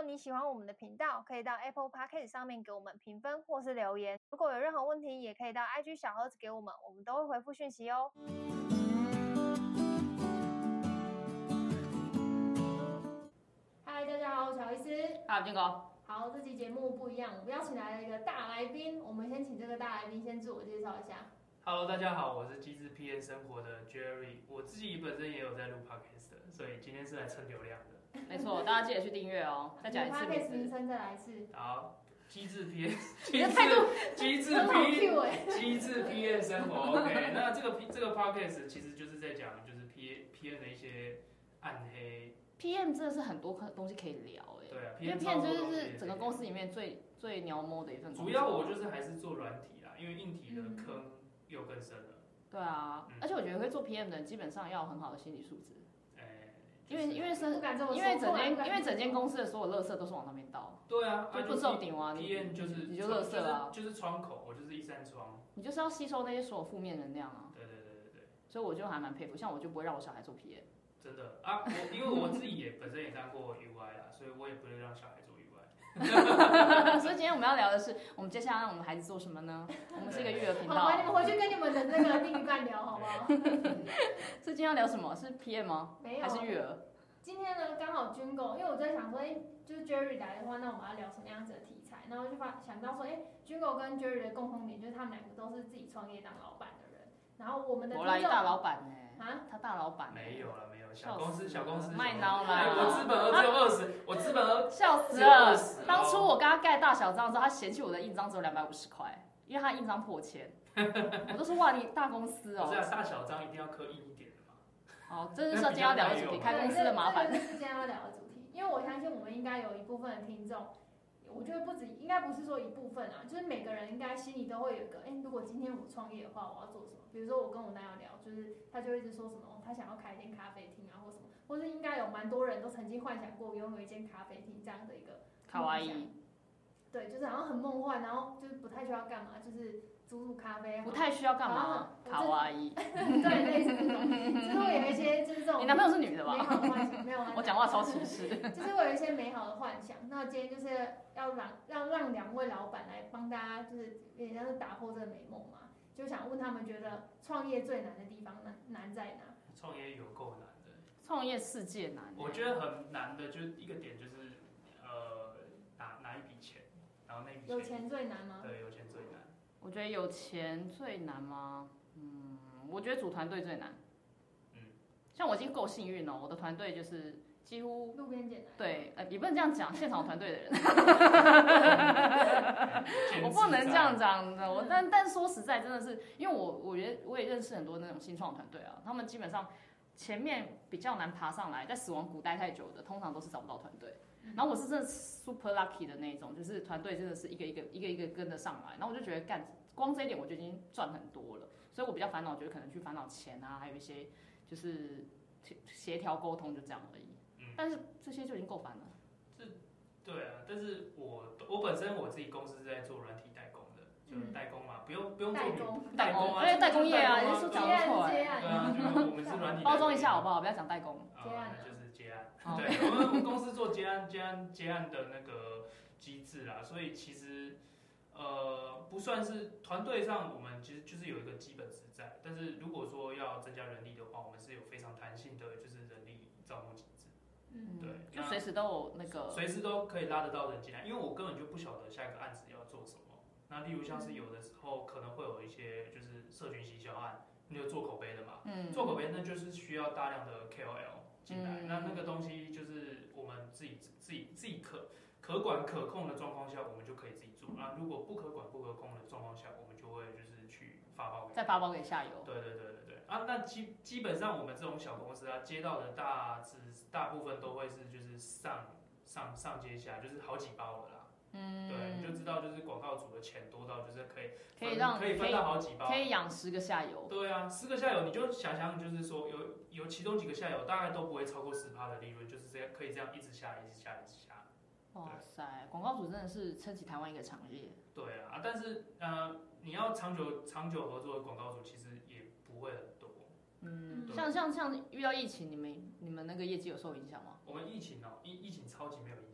你喜欢我们的频道，可以到 Apple Podcast 上面给我们评分或是留言。如果有任何问题，也可以到 IG 小盒子给我们，我们都会回复讯息哦。嗨，大家好，我是乔医师。 好，金哥。 好，这期节目不一样，我们邀请来了一个大来宾。我们先请这个大来宾先自我介绍一下。 Hello， 大家好，我是机智 PM 生活的 Jerry， 我自己本身也有在录 Podcast 的，所以今天是来蹭流量的。 没错，大家记得去订阅哦。再讲一次名字。 名称再来一次。 好，机智 PM， 机智 PM 生活 OK。那这个 Podcast 其实就是在讲就是 PM 的一些暗黑。 PM 真的是很多东西可以聊哎。 对啊， 因为 PM 就是整个公司里面最鸟摸的一份工作。 主要我就是还是做软体啦，因为硬体的坑又更深了。 对啊，而且我觉得会做 PM 的人基本上要有很好的心理素质。 就是、 因为整间公司的所有垃圾都是往那边倒。 对啊， 就不受顶啊， 你就垃圾啊， 就是窗口，我就是一扇窗。 你就是要吸收那些所有负面能量啊。 对。 所以我就还蛮佩服，像我就不会让我小孩做 PM。 真的啊，因为我自己本身也当过 UI 啦，所以我也不会让小孩做 UI。 所以今天我们要聊的是，我们接下来让我们孩子做什么呢？我们是一个育儿频道。 好，你们回去跟你们的那个另一半聊好不好？ 所以今天要聊什么？是 PM 吗？ 没有， 还是育儿？ 今天呢，刚好军购，因为我在想说，就是 Jerry 来的话，那我们要聊什么样子的题材？然后就想到说，军购跟 Jerry 的共同点就是他们两个都是自己创业当老板的人。然后我们的我来大老板呢？他大老板？ 没有，小公司卖孬啦！ 我资本额只有20，我资本额笑死了。当初我跟他盖大小章的时候，他嫌弃我的印章只有250块，因为他印章破千。我都说哇，你大公司哦。 不是啊，大小章一定要刻印一点的嘛。 哦，这是今天要聊的主题，开公司的麻烦。 这是今天要聊的主题，因为我相信我们应该有一部分的听众。我觉得应该不是说一部分啊，就是每个人应该心里都会有一个，如果今天我创业的话，我要做什么？比如说我跟我男友聊，就是他就一直说什么，他想要开一间咖啡厅啊，或什么，或是应该有蛮多人都曾经幻想过拥有一间咖啡厅这样的一个卡哇伊。 对，就是好像很梦幻，然后就是不太需要干嘛，就是煮咖啡。 不太需要干嘛？卡哇伊。 对，类似这种，就是会有一些就是这种。 你男朋友是女的吧？ 美好的幻想没有。 我讲话超歧视。 就是会有一些美好的幻想。那今天就是要让两位老板来帮大家，就是也像是打破这个美梦嘛。就想问他们，觉得创业最难的地方难在哪？ 创业有够难的。 创业世界难。 我觉得很难的，就是一个点就是拿一笔钱，然后那笔钱。 有钱最难吗？ 对，有钱最难。 我觉得有钱最难吗？我觉得组团队最难。像我已经够幸运了，我的团队就是几乎路边捡来。 对，也不能这样讲，现场团队的人。我不能这样讲的，但说实在，真的是因为我觉得我也认识很多那种新创团队啊，他们基本上前面比较难爬上来，在死亡谷待太久的，通常都是找不到团队。然后我是真的 super lucky 的那一种，就是团队真的是一个跟得上来，然后我就觉得光这一点我就已经赚很多了，所以我比较烦恼，就是可能去烦恼钱啊，还有一些就是协调沟通就这样而已。但是这些就已经够烦了。 对啊，但是我本身我自己公司是在做软体代工的，就是代工嘛，不用做代工啊， 代工业啊，你是讲得错对啊，就是我们是软体包装一下好不好？不要讲代工。 接案就是接案。对，我们公司做接案的那个机制啦，所以其实不算是团队上，我们其实就是有一个基本值在，但是如果说要增加人力的话，我们是有非常弹性的，就是人力招募机制。对， 就随时都有那个， 随时都可以拉得到人进来，因为我根本就不晓得下一个案子要做什么。那例如像是有的时候可能会有一些就是社群行销案，那就做口碑的嘛，做口碑那就是需要大量的 KOL 进来，那个东西就是我们自己可管可控的状况下，我们就可以自己做。那如果不可管不可控的状况下，我们就会就是去发包给下游。 对啊，那基本上我们这种小公司啊，接到的大部分都会是就是上接下，就是好几包的啦。对，你就知道就是广告主的钱多到就是可以分到好几包， 可以养10个下游。 对啊，10个下游，你就想象就是说有其中几个下游大概都不会超过10%的利润，就是可以这样一直下。 哇塞，广告主真的是撑起台湾一个产业。 对啊，但是你要长久合作的广告主其实也不会很多。 像遇到疫情，你们那个业绩有受影响吗？ 我们疫情超级没有影响。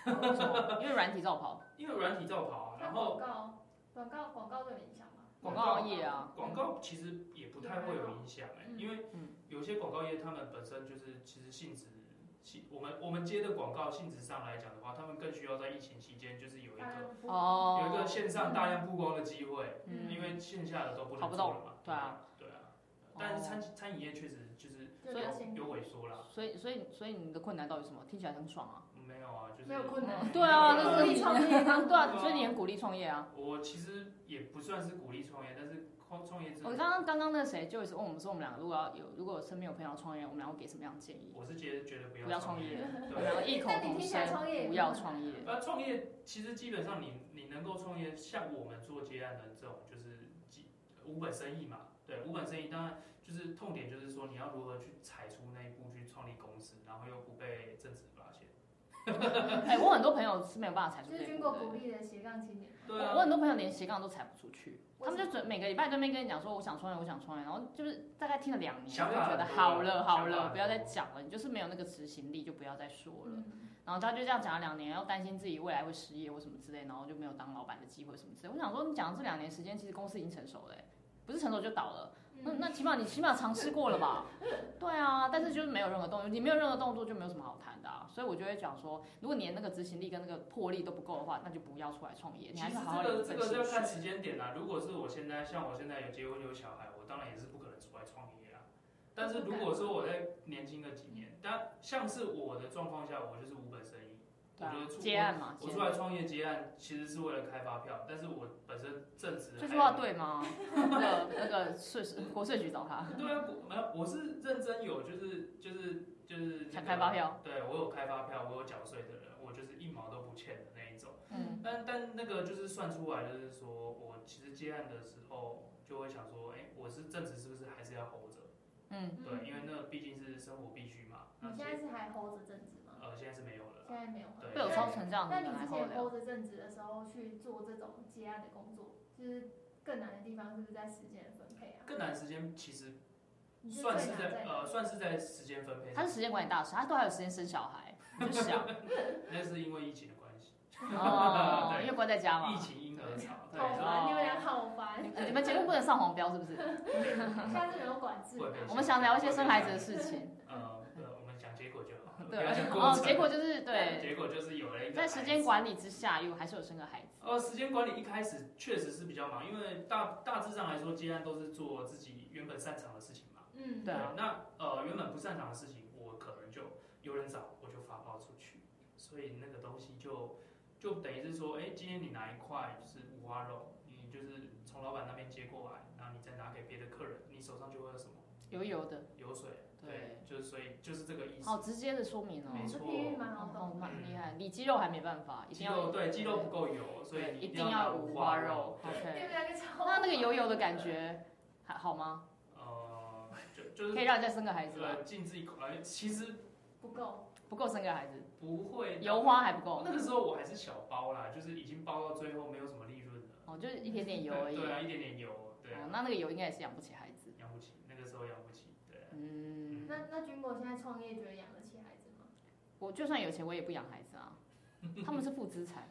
为什么？因为软体照跑， 因为软体照跑啊，然后广告都有影响吗？ 广告业啊， 广告其实也不太会有影响因为有些广告业他们本身就是其实性质，我们接的广告性质上来讲的话，他们更需要在疫情期间就是有一个线上大量曝光的机会，因为线下的都不能做了嘛。对啊。但是餐饮业确实就是有萎缩啦。 所以你的困难到底是什么？听起来很爽啊。 没有啊，就是没有困难。 对啊， 鼓励创业。 对啊，所以你很鼓励创业啊。 我其实也不算是鼓励创业，但是创业之后， 我刚刚那谁就问我们说，我们两个如果身边有朋友创业，我们两个给什么样的建议？ 我是觉得不要创业， 对， 然后异口同声不要创业。 创业其实基本上你能够创业，像我们做接案的这种就是无本生意嘛，对，无本生意当然就是痛点就是说你要如何去踩出那一步去创立公司，然后又不被政治发现。 我很多朋友是没有办法踩出这一步的。 就是军国鼓励的斜杠青年。 对啊， 我很多朋友连斜杠都踩不出去，他们就每个礼拜对面跟你讲说我想创业，然后就是大概听了2年，就觉得好了，不要再讲了，你就是没有那个执行力，就不要再说了。然后他就这样讲了2年，要担心自己未来会失业或什么之类，然后就没有当老板的机会什么之类。我想说，你讲的这2年时间，其实公司已经成熟了，不是成熟就倒了。那起码尝试过了吧？对啊，但是就是没有任何动作，你没有任何动作就没有什么好谈的啊。所以我就会讲说，如果你那个执行力跟那个魄力都不够的话，那就不要出来创业。你还是好好这个就要看时间点啦。如果是我现在有结婚有小孩，我当然也是不可能出来创业啊。但是如果说我在年轻个几年，但像是我的状况下，我就是无本生意。我觉得接案嘛， 我出来创业接案其实是为了开发票，但是我本身正职。 这句话对吗？那个国税局找他。 对啊，我是认真有就是想开发票。 对，我有开发票，我有缴税的人，我就是1毛都不欠的那一种。但那个就是算出来，就是说我其实接案的时候就会想说，我是正职是不是还是要 hold 着？对，因为那毕竟是生活必须嘛。 你现在是还 hold 着正职吗？ 现在是没有了。 现在没有。 被我操成这样子。 那你之前 hold 着正职的时候去做这种接案的工作，就是更难的地方是不是在时间的分配啊？ 更难的时间其实算是在时间分配。 他是时间管理大师，他都还有时间生小孩，你就想。 那是因为疫情的关系。 因为关在家嘛。 疫情婴儿潮。 好烦，你们俩好烦。 你们节目不能上黄标是不是？ 下次没有管制。 我们想聊一些生孩子的事情。 我们讲结果就好。 对，结果就是对。 结果就是有了一个。 在时间管理之下，还是有生个孩子。 时间管理一开始确实是比较忙，因为大致上来说，接案都是做自己原本擅长的事情嘛。 对啊。 那原本不擅长的事情，我可能就有人找，我就发包出去，所以那个东西就等于是说，今天你拿一块就是五花肉，你就是从老板那边接过来，然后你再拿给别的客人，你手上就会有什么？ 油的。 油水。对，所以就是这个意思。 好直接的说明哦。 没错。 蛮厉害。你肌肉还没办法， 肌肉不够油，所以一定要五花肉。OK。那个油的感觉还好吗？ 就是可以让人家生个孩子吗？ 尽自己口，其实不够生个孩子。 不会。 油花还不够。 那个时候我还是小包啦，就是已经包到最后没有什么利润了。 就是一点点油而已。 对啊，一点点油。对。 那个油应该也是养不起孩子。 养不起，那个时候养不起。对。 那军国现在创业，觉得养得起孩子吗？ 我就算有钱，我也不养孩子啊。他们是负资产。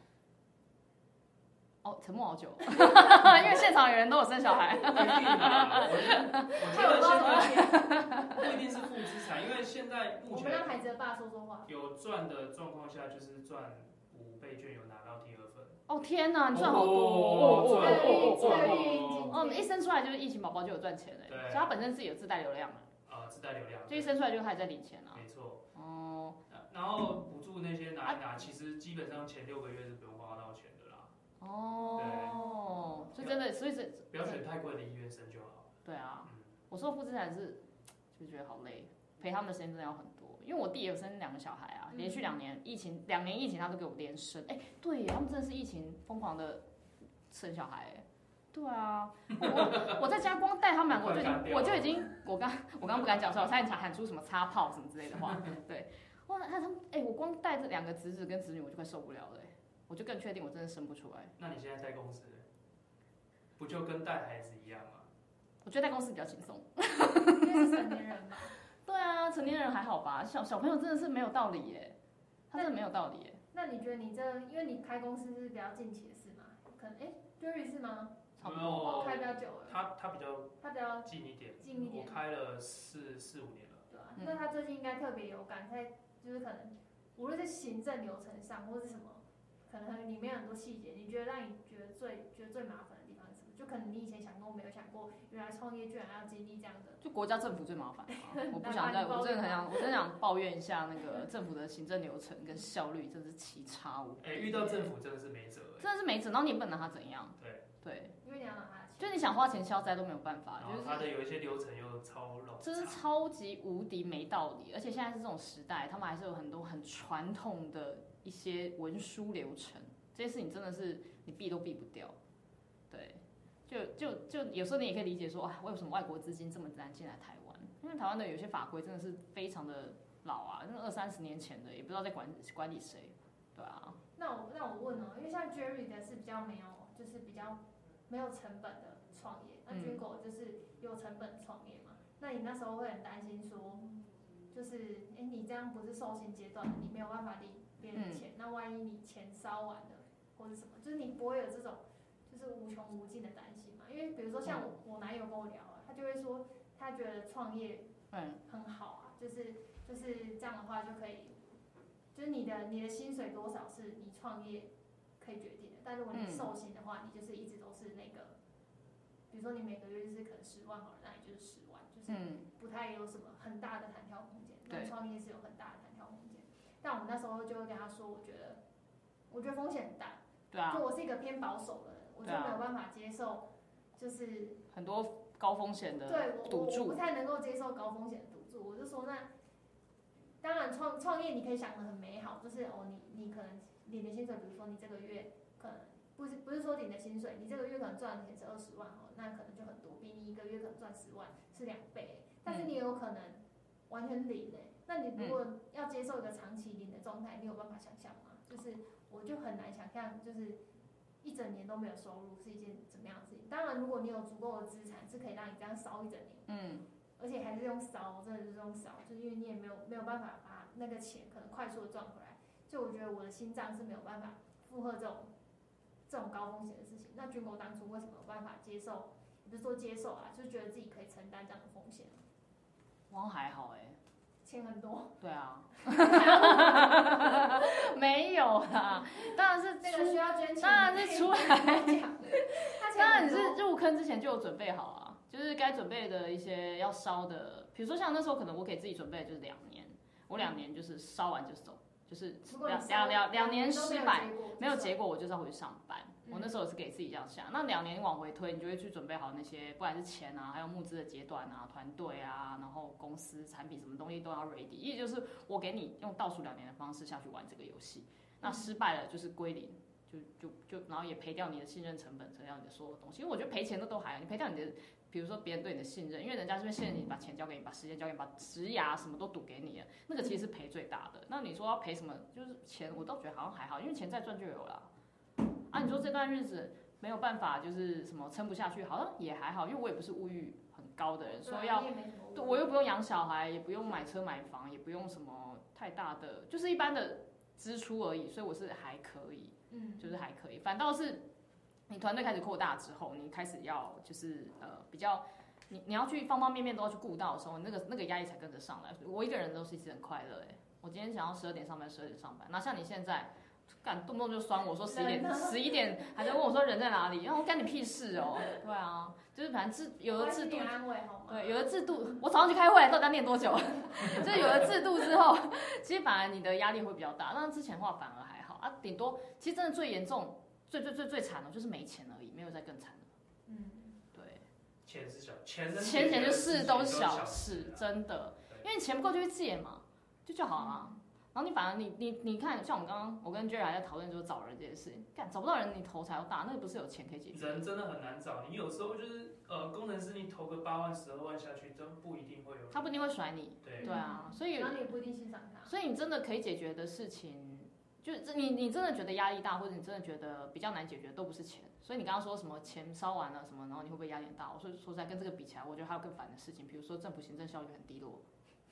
沉默好久，因为现场有人都有生小孩。 不一定啊，我觉得现在不一定是负资产，因为现在目前我们让孩子的爸说说话。 有赚的状况下，就是赚5倍券，有拿到第2份。 天哪，你赚好多！ 赚一生出来就是疫情宝宝就有赚钱嘞，所以他本身自己有自带流量了。 自带流量。 就一生出来就开始在领钱了。 没错。然后补助那些拿一拿，其实基本上前6个月是不用花到钱的啦。 所以真的，所以不要选太贵的医院生就好。 对啊，我说负资产是就觉得好累，陪他们的时间真的要很多。因为我弟也有生2个小孩啊，连续2年疫情他都给我连生。对耶，他们真的是疫情疯狂的生小孩。对啊，我在家光带他们2个，我就已经，我刚不敢讲出来，我差点喊出什么擦炮什么之类的话。对，哇，他们我光带这2个侄子跟侄女，我就快受不了了。我就更确定我真的生不出来。 那你现在在公司，不就跟带孩子一样吗？ 我觉得在公司比较轻松。 因为是成年人吧。 对啊，成年人还好吧，小朋友真的是没有道理耶，他真的没有道理耶。 那你觉得你因为你开公司是比较近期的事嘛？可能Jerry 是吗？ 差不多。 开比较久了。 他比较近一点。 近一点。 我开了4、5年了。 对啊，那他最近应该特别有感，就是可能无论是行政流程上或是什么，可能里面有很多细节，你觉得让你觉得最麻烦的地方是什么？就可能你以前想过没有想过，原来创业居然要经历这样的。 就国家政府最麻烦我不想再，我真的想抱怨一下那个政府的行政流程跟效率真是奇差无比。 遇到政府真的是没辙。 真的是没辙，然后你也不能拿他怎样。 对。因为你要拿他的钱。 就你想花钱消灾都没有办法。 然后他的有一些流程又超冗长。 这是超级无敌没道理，而且现在是这种时代，他们还是有很多很传统的一些文书流程，这些事情真的是你避都避不掉。对。就有时候你也可以理解说，啊，为什么外国资金这么难进来台湾？因为台湾的有些法规真的是非常的老啊，那20-30年前的，也不知道在管理谁，对啊。 那我问因为像 Jerry 的是比较就是比较没有成本的创业，那军狗就是有成本的创业嘛？那你那时候会很担心说，就是你这样不是授信阶段，你没有办法领别人钱，那万一你钱烧完了或者什么，就是你不会有这种就是无穷无尽的担心嘛？因为比如说像我男友跟我聊他就会说他觉得创业很好啊，就是这样的话就可以，就是你的薪水多少是你创业可以决定的，但如果你授信的话，你就是一直都是那个，比如说你每个月就是可能10万好了，那你就是10万，就是不太有什么很大的弹跳空间。但创业是有很大的弹跳空间，但我们那时候就会跟他说，我觉得风险很大。对啊。就我是一个偏保守的人，我就没有办法接受，就是很多高风险的赌注。 我不太能够接受高风险的赌注。我就说那。当然创业你可以想得很美好，就是你可能领的薪水，比如说你这个月可能不是说领的薪水，你这个月可能赚的钱是20万那可能就很多，比你一个月可能赚10万是2倍，但是你也有可能完全零那你如果要接受一个长期零的状态，你有办法想象吗？就是我就很难想象，就是一整年都没有收入是一件怎么样的事情。当然如果你有足够的资产，是可以让你这样烧一整年。而且还是用烧，真的就是用烧，就是因为你也没有办法把那个钱可能快速的赚回来。就我觉得我的心脏是没有办法负荷这种高风险的事情。那军狗当初为什么有办法接受？也不是说接受啊，就是觉得自己可以承担这样的风险。 我还好钱很多。 对啊。没有啦，当然是这个需要捐钱。 当然是出来讲，当然你是入坑之前就有准备好啊。就是该准备的一些要烧的，比如说像那时候可能我给自己准备的就是2年，我2年就是烧完就走，就是两年失败没有结果，我就是要回去上班。我那时候也是给自己这样想。那2年往回推，你就会去准备好那些，不管是钱啊，还有募资的阶段啊，团队啊，然后公司产品什么东西都要 ready。意思就是我给你用倒数2年的方式下去玩这个游戏，那失败了就是归零。就然后也赔掉你的信任成本，赔掉你的所有东西。因为我觉得赔钱都还好，你赔掉你的，比如说别人对你的信任，因为人家这边信任你，把钱交给你，把时间交给你，把职涯什么都赌给你了，那个其实是赔最大的。那你说要赔什么？就是钱，我倒觉得好像还好，因为钱再赚就有了。啊，你说这段日子没有办法，就是什么撑不下去，好像也还好，因为我也不是物欲很高的人，说对我又不用养小孩，也不用买车买房，也不用什么太大的，就是一般的支出而已，所以我是还可以。就是还可以，反倒是你团队开始扩大之后，你开始要就是比较，你要去方方面面都要去顾到的时候，那个压力才跟着上来。我一个人都是一直很快乐我今天想要12点上班，12点上班。那像你现在，动不动就酸我说11点还在问我说人在哪里，然后干你屁事哦。对啊，就是反正有了制度，对，有了制度，我早上去开会，到底要念多久？就是有了制度之后，其实反而你的压力会比较大。那之前的话反而还好。顶多其实真的最严重、最惨的就是没钱而已，没有再更惨的。对。 钱是小，钱就是都是小事，真的。因为你钱不够就去借嘛，就好了。然后你反而你看，像我跟 Jerry 还在讨论就是找人这件事情，找不到人你头才要大，那个不是有钱可以解决。 人真的很难找，你有时候就是工程师你投个8万12万下去，真不一定会有。 他不一定会甩你。对啊，所以然后你也不一定欣赏他。 所以你真的可以解决的事情。就你真的觉得压力大，或者你真的觉得比较难解决，都不是钱。所以你刚刚说什么钱烧完了什么，然后你会不会压力很大？我说实在跟这个比起来，我觉得还有更烦的事情，比如说政府行政效率很低落，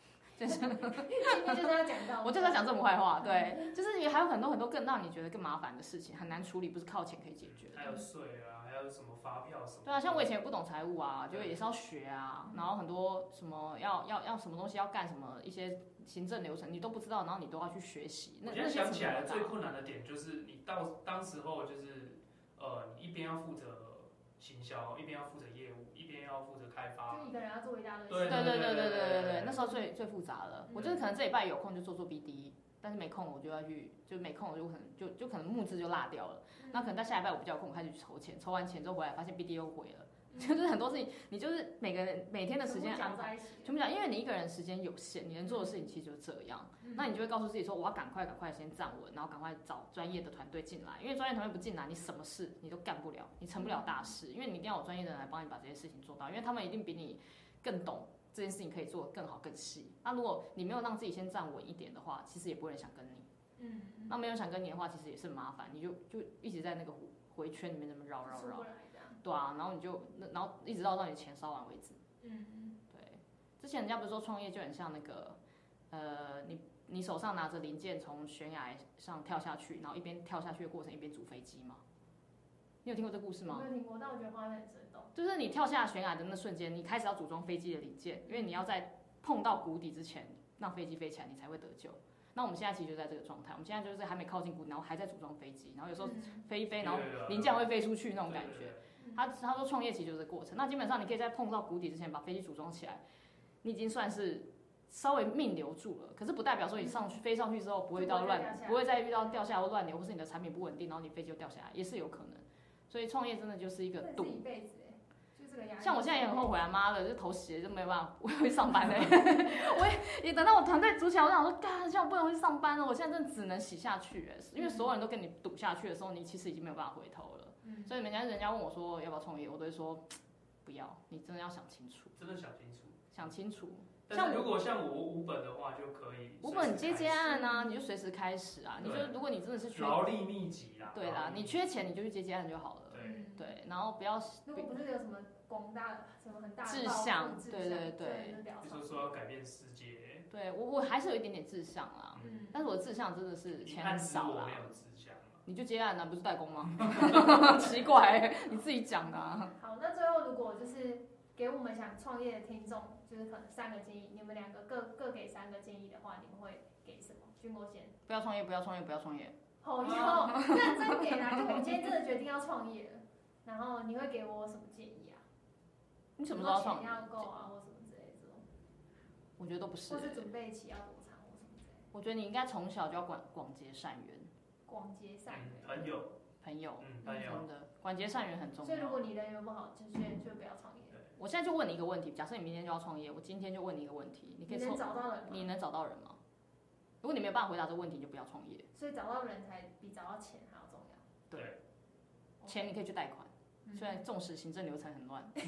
今天就是要讲到， 我就是要讲政府坏话，对，就是也还有很多很多更让你觉得更麻烦的事情，很难处理，不是靠钱可以解决的。 还有税啊，还有什么发票什么。 对啊，像我以前也不懂财务啊，就也是要学啊，然后很多什么要什么东西要干什么一些行政流程你都不知道，然后你都要去学习。 我现在想起来了，最困难的点就是你当时候就是你一边要负责行销，一边要负责业务，一边要负责开发， 就一个人要做一大堆。 对，那时候最复杂了。我就是可能这礼拜有空就做 BD， 但是没空我就要去，就没空我就可能就可能募资就落掉了。那可能在下礼拜我比较有空，我开始去筹钱，筹完钱之后回来发现 BD 又毁了。就是很多事情，你就是每天的时间安排，全部讲，因为你一个人时间有限，你能做的事情其实就是这样。那你就会告诉自己说，我要赶快先站稳，然后赶快找专业的团队进来，因为专业团队不进来，你什么事你都干不了，你成不了大事，因为你一定要有专业的人来帮你把这些事情做到，因为他们一定比你更懂这件事情可以做得更好更细。那如果你没有让自己先站稳一点的话，其实也不会有人想跟你。那没有人想跟你的话，其实也是很麻烦，你就一直在那个回圈里面这么绕。对啊，然后一直绕到你钱烧完为止。对。之前人家不是说创业就很像那个，你手上拿着零件从悬崖上跳下去，然后一边跳下去的过程一边组飞机吗？你有听过这故事吗？ 我没有听过，但我觉得画面很生动。 就是你跳下悬崖的那瞬间，你开始要组装飞机的零件，因为你要在碰到谷底之前让飞机飞起来，你才会得救。那我们现在其实就在这个状态，我们现在就是还没靠近谷底，然后还在组装飞机，然后有时候飞一飞，然后零件会飞出去那种感觉。他说创业其实就是这个过程，那基本上你可以在碰到谷底之前把飞机组装起来，你已经算是稍微命留住了。可是不代表说你飞上去之后不会再遇到掉下来或乱流，或是你的产品不稳定，然后你飞机就掉下来，也是有可能。所以创业真的就是一个赌。 一辈子就这个压力。 像我现在也很后悔啊，妈的，就头洗了就没办法，我会上班也等到我团队组起来，我想说，干，这样不容易上班了。我现在真的只能洗下去因为所有人都跟你赌下去的时候，你其实已经没有办法回头了。所以人家问我说要不要创业，我都会说不要，你真的要想清楚。 真的想清楚。 像如果像我无本的话，就可以。 无本接案啊，你就随时开始啊。你就如果你真的是劳力密集啦。 对啦，你缺钱你就去接案就好了。对，然后不要。 如果不是有什么广大什么很大的志向，对。 就是说要改变世界。 对我还是有一点点志向啦，但是我的志向真的是钱很少啦。 我没有志向。 你就接案啊，不是代工吗？奇怪，你自己讲的啊。 好，那最后如果就是给我们想创业的听众，就是可能3个建议，你们2个各给3个建议的话，你们会给什么？君国先。 不要创业，不要创业，不要创业。 好哟，认真给啦！就我今天真的决定要创业了，然后你会给我什么建议啊？ 你什么时候要创业？ 钱要够啊，或什么之类的这种。 我觉得都不是。 或是准备期要多长，或什么之类的。 我觉得你应该从小就要广结善缘。 广结善缘。 朋友。 真的，广结善缘很重要。 所以如果你人缘不好，就不要创业。 我现在就问你一个问题，假设你明天就要创业，我今天就问你一个问题，你可以能找到人吗？ 你能找到人吗？如果你没有办法回答这个问题，你就不要创业。 所以找到人才比找到钱还要重要。 对，钱你可以去贷款，虽然纵使行政流程很乱。 第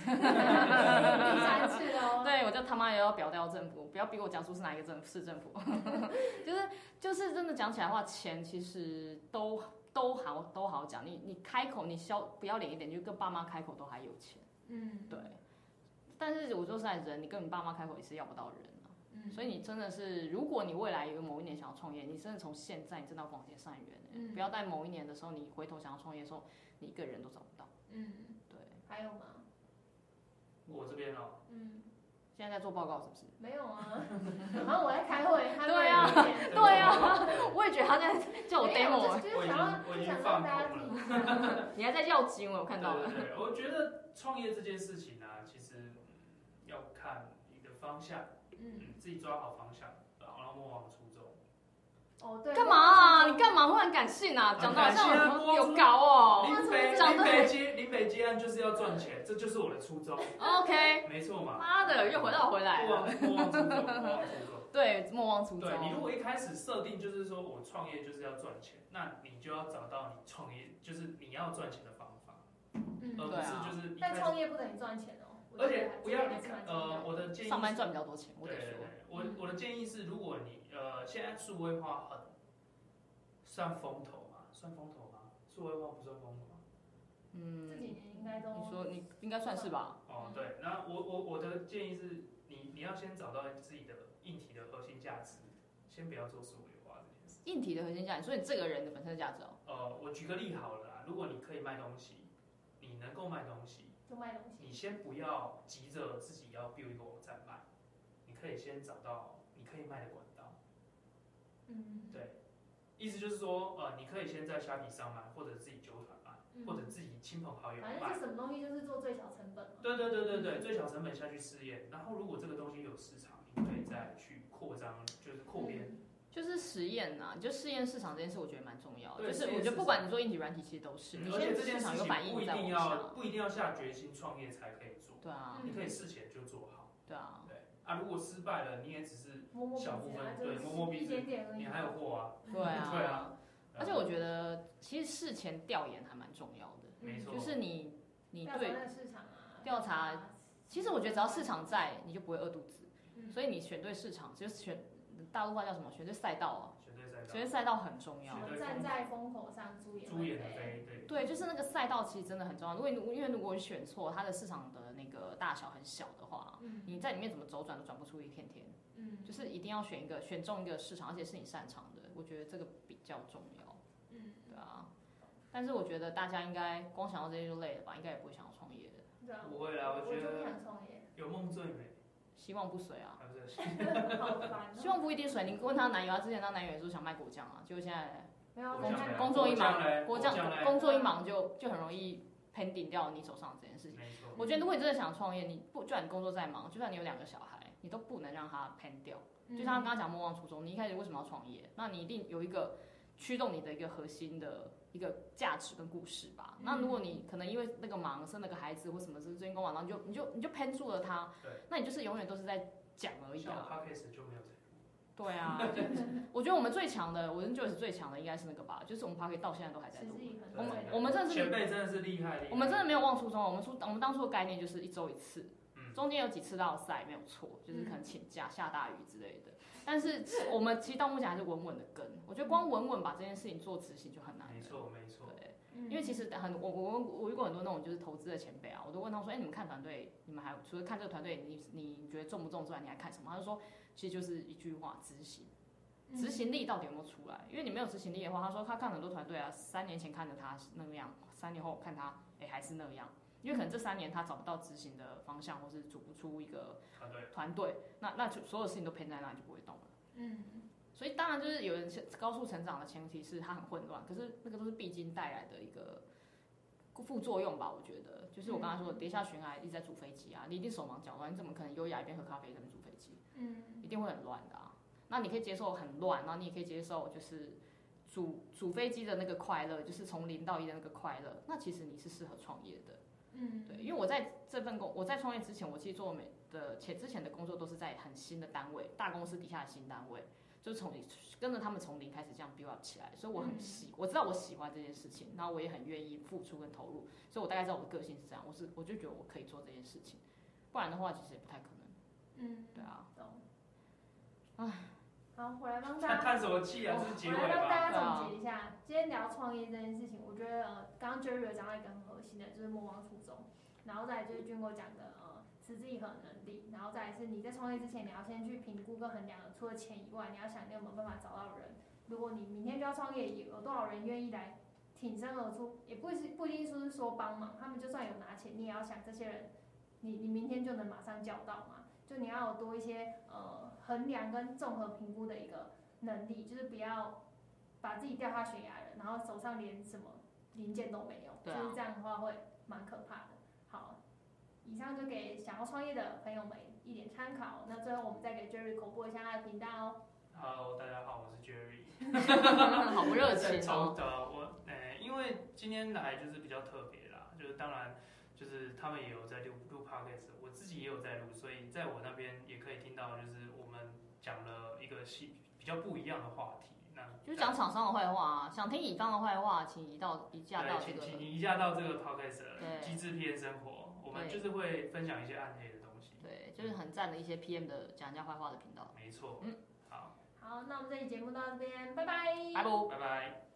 3次哦。 对，我就他妈也要表调政府，不要逼我讲出是哪一个市政府。就是真的讲起来的话，钱其实都好讲。你开口你不要脸一点，就跟爸妈开口都还有钱。对。但是我说实在，你跟你爸妈开口也是要不到人啊。所以你真的是，如果你未来有某一年想要创业，你真的从现在你真的要广结善缘。不要在某一年的时候，你回头想要创业的时候，你一个人都找不到。对。 还有吗？ 我这边哦。 现在在做报告是不是？ 没有啊，然后我在开会。 对啊，我也觉得他在叫我 demo。 我已经放空了。 你还在要紧，我有看到了。 对，我觉得创业这件事情啊，其实要看你的方向，自己抓好方向，然后莫忘初衷。 哦，对。 干嘛啊？你干嘛忽然感性啊？讲的好像有搞哦。 林北接案就是要赚钱，这就是我的初衷。 OK。 没错嘛。 妈的，又回来了。 莫忘初衷。 对，莫忘初衷。 对，你如果一开始设定就是说我创业就是要赚钱，那你就要找到你创业就是你要赚钱的方法，而不是就是。 但创业不等于赚钱哦。 而且不要我的建议。 上班赚比较多钱，我得说。 我的建议是，如果你现在数位化很算风头嘛？算风头吗？数位化不算风头吗？ 这几年应该都。 你说你应该算是吧？ 对，那我的建议是你要先找到自己的硬体的核心先不要做数位化这件事。 硬体的核心价值，所以这个人的本身的价值我举个例好了啦，如果你可以卖东西，你能够卖东西， 就卖东西。 你先不要急着自己要 build 一个网站卖，你可以先找到你可以卖的管道。对，意思就是说，你可以先在虾皮上卖，或者自己揪团卖，或者自己亲朋好友卖。 反正是什么东西就是做最小成本嘛。 对，最小成本下去试验，然后如果这个东西有市场，你可以再去扩张，就是扩编。 就是实验呐，就试验市场这件事，我觉得蛮重要的。 对， 就是我觉得不管你做硬体软体，其实都是，你先市场有反应不一定要下决心创业才可以做。 对啊， 你可以事前就做好。 对啊， 对啊，如果失败了，你也只是小部分，对，摸摸鼻子，你还有货啊。 对啊， 对啊。 而且我觉得，其实事前调研还蛮重要的。 没错。 就是你对市场啊， 调查，其实我觉得只要市场在，你就不会饿肚子。所以你选对市场，就是选大陆话叫什么？选对赛道啊。选对赛道很重要。 站在风口上，猪眼的飞。 对，就是那个赛道其实真的很重要。因为如果你选错，它的市场的那个大小很小的话，你在里面怎么走转都转不出一片天。就是一定要选中一个市场，而且是你擅长的，我觉得这个比较重要。对啊。但是我觉得大家应该光想到这些就累了吧？应该也不会想要创业的。 不会啦，我觉得不想创业。 有梦最美。 希望不随啊。 好烦。 希望不一定随。你问她男友，她之前她男友也说想卖果酱啊，结果现在没有工作一忙，工作一忙就很容易 pending 掉你手上的这件事情。我觉得如果你真的想创业，就算你工作再忙，就算你有2个小孩，你都不能让它 pen 掉。就像他刚刚讲莫忘初衷，你一开始为什么要创业？那你一定有一个驱动你的一个核心的一个价值跟故事吧。那如果你可能因为那个忙生了个孩子或什么最近工完，然后你就 pen 住了它，那你就是永远都是在讲而已啊。 像 podcast 就没有。 对啊，我觉得我们最强的，我跟 Joyce 最强的应该是那个吧，就是我们 Podcast 到现在都还在录。我们真的是前辈，真的是厉害。 我们真的没有忘初衷，我们当初的概念就是1周1次，中间有几次到赛没有错，就是可能请假、下大雨之类的。但是我们其实到目前还是稳稳的跟，我觉得光稳稳把这件事情做执行就很难。 没错。 对，因为其实我遇过很多那种就是投资的前辈啊，我都问他说，你们看团队，你们还除了看这个团队，你觉得重不重之外，你还看什么？他就说，其实就是一句话，执行。执行力到底有没有出来？因为你没有执行力的话，他说他看很多团队啊，3年前看着他是那个样，3年后看他，还是那样。因为可能这3年他找不到执行的方向，或是组不出一个团队，那就所有事情都偏在那里就不会动了。所以当然就是有人高速成长的前提是他很混乱，可是那个都是必经带来的一个副作用吧。我觉得就是我刚才说的，跌下悬崖一直在煮飞机啊，你一定手忙脚乱，你怎么可能优雅一边喝咖啡一边煮飞机？一定会很乱的啊。那你可以接受很乱，然后你也可以接受就是煮飞机的那个快乐，就是从0到1的那个快乐。那其实你是适合创业的。对，因为我在我在创业之前，我其实做之前的工作都是在很新的单位，大公司底下的新单位，就是跟着他们从0开始这样 build up 起来，所以我知道我喜欢这件事情，然后我也很愿意付出跟投入，所以我大概知道我的个性是这样，我就觉得我可以做这件事情，不然的话其实也不太可能。对啊。 懂。好，我来帮大家叹什么气啊？这是结尾吧。 我来帮大家总结一下，今天聊创业这件事情，我觉得刚刚 Jerry 有讲到一个很核心的，就是莫忘初衷，然后再来就是军哥讲的持之以恒的能力，然后再来是你在创业之前，你要先去评估跟衡量，除了钱以外，你要想你有没有办法找到人。如果你明天就要创业，有多少人愿意来挺身而出，也不一定是说帮忙，他们就算有拿钱，你也要想这些人，你明天就能马上叫到嘛？就你要有多一些衡量跟综合评估的一个能力，就是不要把自己掉下悬崖了，然后手上连什么零件都没有，就是这样的话会蛮可怕的。好，以上就给想要创业的朋友们一点参考。那最后我们再给 Jerry 口播一下他的频道哦。 Hello， 大家好，我是 Jerry。 好不热情哦。 因为今天来就是比较特别啦，就是当然就是他们也有在录 podcast， 我自己也有在录，所以在我那边也可以听到，就是我们讲了一个比较不一样的话题。那就是讲厂商的坏话啊，想听乙方的坏话，请移驾到这个。 请移驾到这个 podcast 机智 PM 生活，我们就是会分享一些暗黑的东西。 对，就是很赞的一些 PM 的讲人家坏话的频道。 没错。 好，那我们这期节目到这边，拜拜。 拜拜。